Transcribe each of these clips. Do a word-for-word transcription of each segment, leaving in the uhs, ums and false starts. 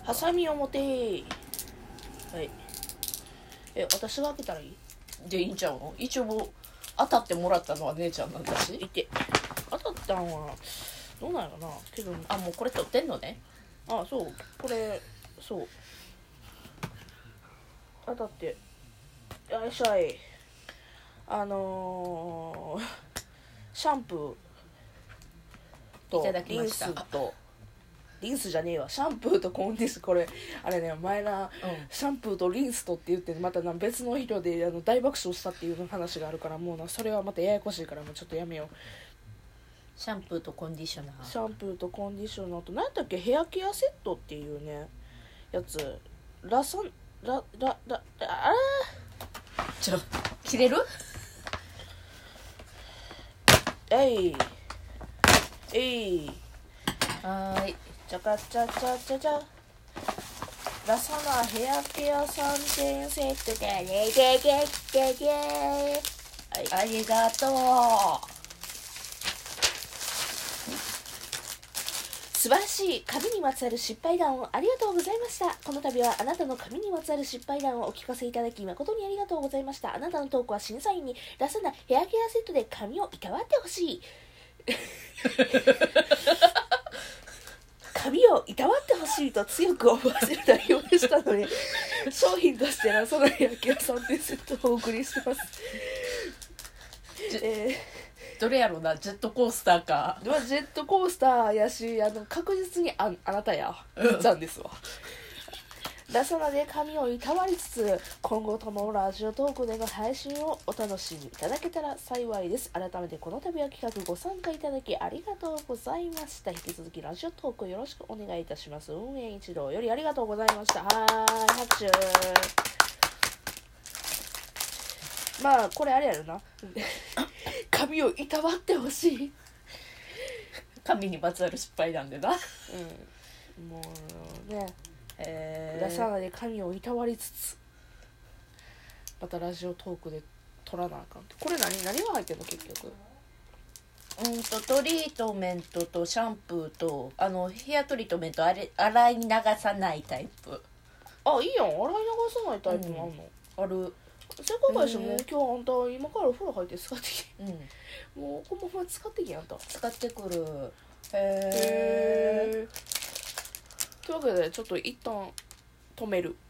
ハサミを持てー。はい。え、私が開けたらいい？ でいいんちゃうの？一応当たってもらったのは姉ちゃんなんだし。 いて。当たったんはどうなんやろな。けど、 あ、もうこれ取ってんのね。 あ、そう。これ、そう。当たって。よいしょい。あのー、シャンプーといただきリンましたスとリンスじゃねえわ、シャンプーとコンディション、これあれね、前な、 うん、 シャンプーとリンスとって言ってまたな別の人であの大爆笑したっていう話があるから、もうなそれはまたややこしいからもうちょっとやめよう。 シャンプーとコンディショナー。 シャンプーとコンディショナーと何だっけ、ヘアケアセットっていうねやつ、ラサンラララあちょ切れる？ ーえいえいはーい。 チャカチャチャチャチャラサナヘアケアさんてんセットでレゲゲゲゲ、はい、 ありがとう。 素晴らしい髪にまつわる失敗談をありがとうございました。この度はあなたの髪にまつわる失敗談をお聞かせいただき誠にありがとうございました。あなたのトークは審査員にラサナヘアケアセットで髪をいたわってほしい髪をいたわってほしいと強く思わせる内容でしたので、商品としてラサナヘアケアさんてんセットをお送りしてます。えどれやろうな、ジェットコースターか。 ー、まあジェットコースターやし、あの確実に あ, あなたやみっちゃんですわ。ラサナで髪をいたわりつつ、今後ともラジオトークでの配信をお楽しみいただけたら幸いです。改めてこの度は企画ご参加いただきありがとうございました。引き続きラジオトークよろしくお願いいたします。運営一同よりありがとうございました。はーい、拍手。まあこれあれやるな髪をいたわってほしい。 髪にまつわる失敗なんでな。 うん、もうね、 えラサナで髪をいたわりつつまたラジオトークで撮らなあかんって。これ何何が入ってんの結局。 うんとトリートメントとシャンプーとあのヘアトリートメントあれ洗い流さないタイプ。 あ、いいやん、洗い流さないタイプもあんの、 ある。 せっかくやし、 へーもう今日あんた今からお風呂入って使ってきうん、 もうこのまま使ってきあんた。 使ってくる。へへー。というわけでちょっと一旦止める。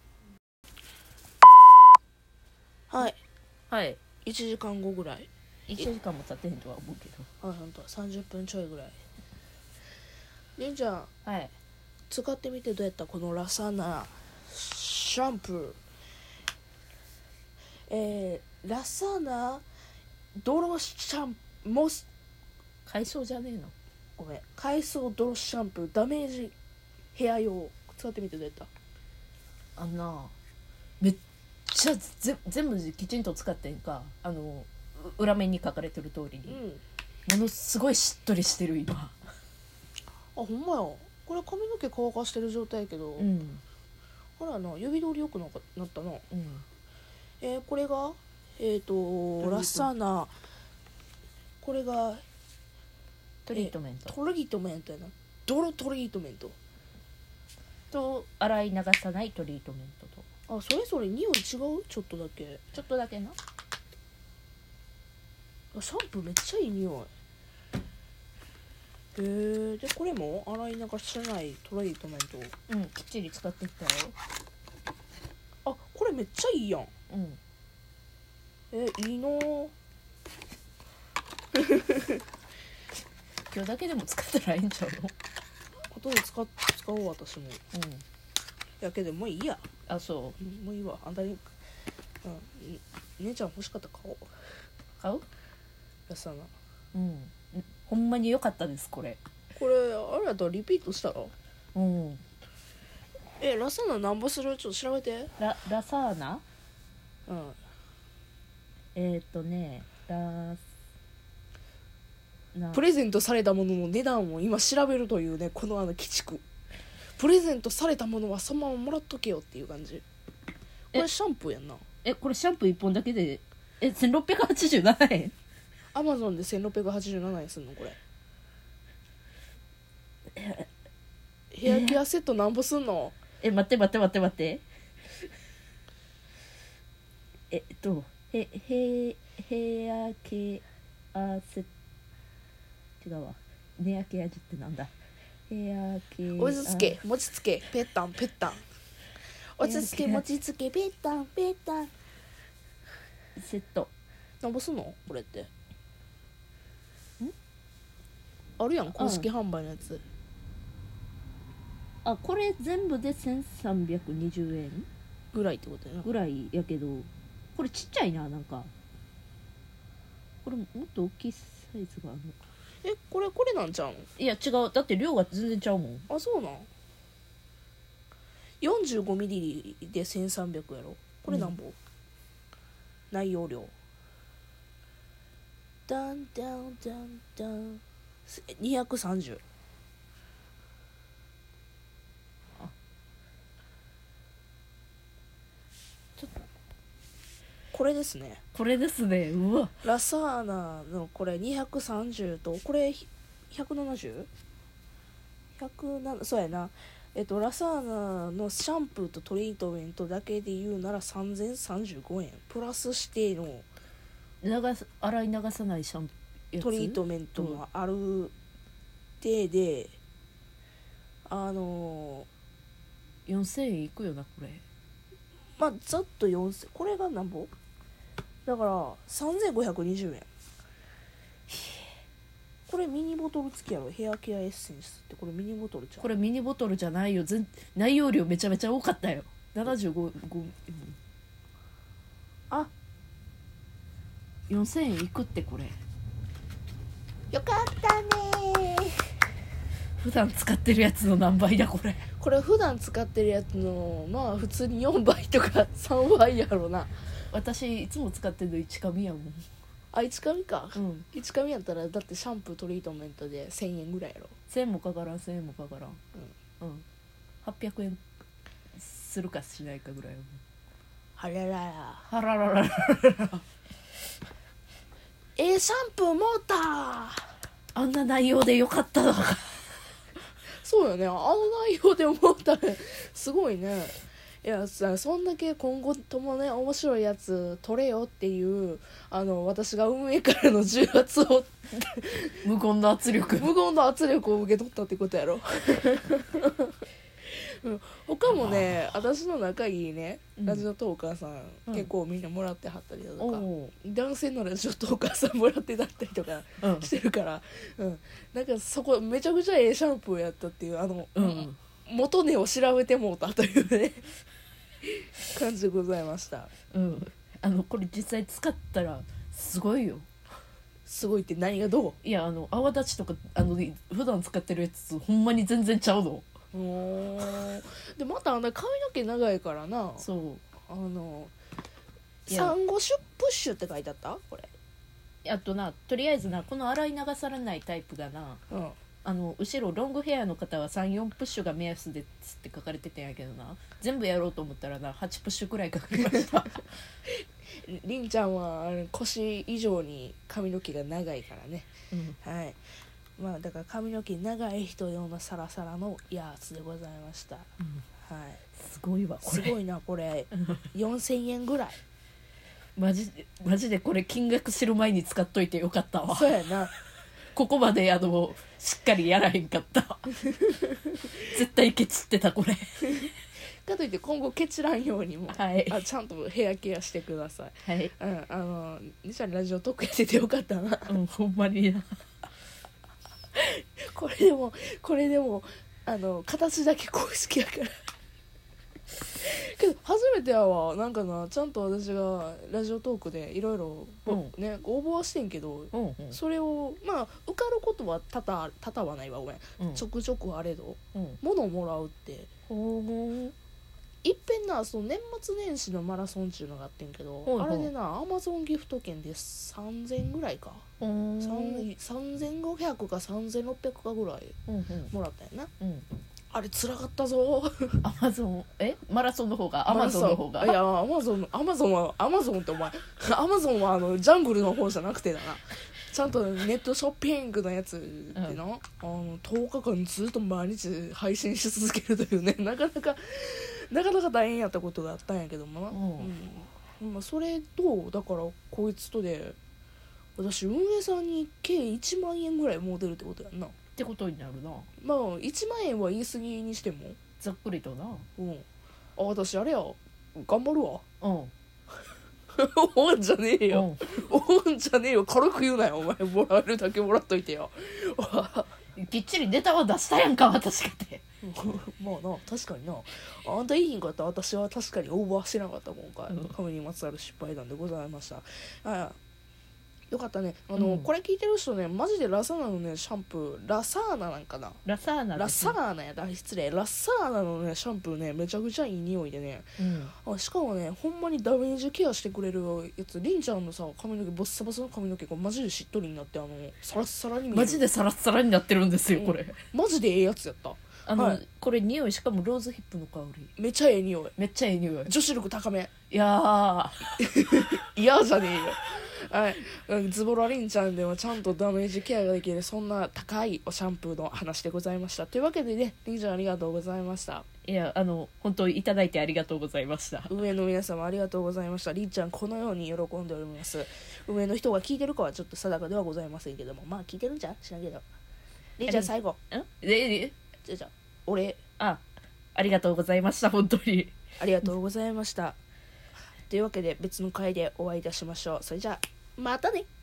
はい、 ーはい。 いちじかんごぐらい。 いちじかんも経ってへんとは思うけど。 はい、ほんとさんじゅっぷんちょいぐらい。りんちゃんはい。 使ってみてどうやった？このラサナシャンプー、えー、ラサナ泥シャンプー、モス海藻じゃねえの？ ごめん海藻泥シャンプーダメージヘア用使ってみてどうやった？ あんなめっちゃぜ全部きちんと使ってんか。あの裏面に書かれてる通りに、 うん、 ものすごいしっとりしてる今。 あ、ほんまや。これ髪の毛乾かしてる状態やけど、 うん、 ほらな、指通り良くなかなったな。 うん、 えー、これがえっ、ー、とラサナ、これがトリートメントトリートメントやな。泥トリートメントと洗い流さないトリートメントと、 あ、それぞれ匂い違う？ちょっとだけ。 ちょっとだけな。 シャンプーめっちゃいい匂い。へー。でこれも洗い流さないトリートメント。 うん、きっちり使ってきたよ。 あ、これめっちゃいいやん。 うんえ、いいのー。 今日だけでも使ったらいいんちゃうの？ 後で使っ使おう私も。 うん、 やけどもういいや。 あ、そう。 もういいわ。あんたに、うん、姉ちゃん欲しかったら買おう。 買う？ ラサナ。 うん、ほんまに良かったですこれ。 これあれやったらリピートしたら？ うん。 え、ラサナなんぼする？ちょっと調べて。 ララサーナ？ うん。 えーっとね、ラなプレゼントされたものの値段を今調べるというね、このあの鬼畜。プレゼントされたものはそのままもらっとけよっていう感じ。これシャンプーやんな。 え、これシャンプーいっぽんだけでえせんろっぴゃくはちじゅうななえん。 アマゾンでせんろっぴゃくはちじゅうななえんすんのこれ。えヘアケアセットなんぼすんの？ え待って待って待って待ってえっとへへヘアケアセット違うわネアケアジってなんだヘアケア落ち着け持ちつけペッタンペッタン落ち着け持ちつけペッタンペッタンセットなんぼすんのこれって？んあるやん公式販売のやつ。 あこれ全部でせんさんびゃくにじゅうえんぐらいってことやな。 ぐらいやけどこれちっちゃいななんかこれもっと大きいサイズがあるのかえこれこれなんちゃうの？ いや違うだって量が全然ちゃうもんあそうなん。よんじゅうごミリでせんさんびゃくやろ。これなんぼ、うん、内容量ダンダンダンダンにひゃくさんじゅう。あちょっとこれですねこれですねうわラサーナのこれにひゃくさんじゅうとこれひゃくななじゅう？ ひゃくななじゅうそうやな。えっとラサーナのシャンプーとトリートメントだけで言うならさんぜんさんじゅうごえんプラス指定の流す洗い流さないシャンプートリートメントもあるでで、あのー、よんせんえんいくよなこれ。 まあざっとよんせんこれがなんぼだからさんぜんごひゃくにじゅうえん。これミニボトル付きやろ。ヘアケアエッセンスってこれミニボトルちゃう？ これミニボトルじゃないよ。全内容量めちゃめちゃ多かったよ。ななじゅうご、ご、うん、あよんせんえんいくってこれ。 よかったね。 普段使ってるやつの何倍だこれ。 これ普段使ってるやつのまあ普通によんばいとかさんばいやろな。 私いつも使ってるのいちかみやもん。 あいちかみか、 うん、 いちかみやったらだってシャンプートリートメントでせんえんぐらいやろ。 せんもかからんせんえんもかからん、 うんうん、はっぴゃくえんするかしないかぐらいやもん。 はらららはらららららえー、シャンプーもうたあんな内容でよかったのかそうよね。あの内容で思ったらすごいね。いやさそんだけ今後ともね面白いやつ撮れよっていうあの私が運営からの重圧を無言の圧力無言の圧力を受け取ったってことやろうん、他もね私の仲いいねラジオトーカーさん、うん、結構みんなもらってはったりだとか、うん、男性のラジオトーカーさんもらってだったりとかしてるから、うんうん、なんかそこめちゃくちゃええシャンプーやったっていうあの、うん、元値を調べてもうたというね感じでございました、 うん、あのこれ実際使ったらすごいよ。 すごいって何がどう？ いやあの泡立ちとかあの普段使ってるやつほんまに全然ちゃうの。 おでまたあんな髪の毛長いからな。 そうあのサンゴシュプッシュって書いてあったこれ。 あとなとりあえずなこの洗い流されないタイプがな、うん、あの後ろロングヘアの方は さん,よん プッシュが目安ですって書かれてたんやけどな全部やろうと思ったらなはちプッシュくらいかかりましたりんちゃんは腰以上に髪の毛が長いからね、うん、はいまあだから髪の毛長い人用のサラサラのやつでございました、うん、はいすごいわこれすごいなこれよんせんえんぐらいマジでマジでこれ金額知る前に使っといてよかったわ。 そうやなここまであのしっかりやらへんかった絶対ケチってたこれかといって今後ケチらんようにも、 はい、 あちゃんとヘアケアしてください、 はいうん、あの実はラジオトークやっててよかったな、 うん、ほんまになこれでもこれでもあの形だけ公式やからけど初めてやわなんかなちゃんと私がラジオトークでいろいろね応募はしてんけど、うんうん、それをまあ受かることは多々多々はないわごめん、うん、ちょくちょくあれど、うん、物をもらうっていっぺんなその年末年始のマラソンっていうのがあってんけど、あれでなアマゾンギフト券でさんぜんえんぐらいかさんぜんごひゃくかさんぜんろっぴゃくかぐらいもらったんやな、うんうん、あれ辛かったぞアマゾンえマラソンの方がアマゾンの方がいやアマゾンアマゾンはアマゾンってお前アマゾンはあのジャングルの方じゃなくてだなちゃんとネットショッピングのやつってな、うん、あのとおかかんずっと毎日配信し続けるというね、なかなかなかなか大変やったことがあったんやけどもな、うんうんまあ、それとだからこいつとで私運営さんに計いちまんえんぐらい儲てるってことやんな。 ってことになるな。 まあいちまんえんは言い過ぎにしてもざっくりとな。 うんあ私あれや頑張るわ。 うんおんじゃねえよ、うん、おんじゃねえよ軽く言うなよお前。もらえるだけもらっといてよきっちりネタは出したやんか私かってまあな確かになあんたいいひんかったら私は確かにオーバーしてなかった今回、うん、亀にまつわる失敗談でございました。あよかったねあの、うん、これ聞いてる人ねマジでラサーナのねシャンプーラサーナなんかなラサーナラサーナやだ失礼ラサーナのねシャンプーねめちゃくちゃいい匂いでね、うん、あしかもねほんまにダメージケアしてくれるやつ。りんちゃんのさ髪の毛ボッサボサの髪の毛こうマジでしっとりになってあのサラッサラに見える。 マジでサラッサラになってるんですよこれ、 うん、マジでええやつやったあの、はい、これ匂いしかもローズヒップの香りめっちゃええ匂いめっちゃええ匂い女子力高めいやー嫌じゃねえよはい、ズボラリンちゃんではちゃんとダメージケアができるそんな高いおシャンプーの話でございました。というわけでねリンちゃんありがとうございました。 いやあの本当にいただいてありがとうございました。 上の皆様ありがとうございました。りんちゃんこのように喜んでおります。上の人が聞いてるかはちょっと定かではございませんけどもまあ聞いてるんじゃん知らんけど。りんちゃん最後んえじゃじゃ俺あありがとうございました本当にありがとうございましたというわけで別の回でお会いいたしましょう。それじゃあまたね。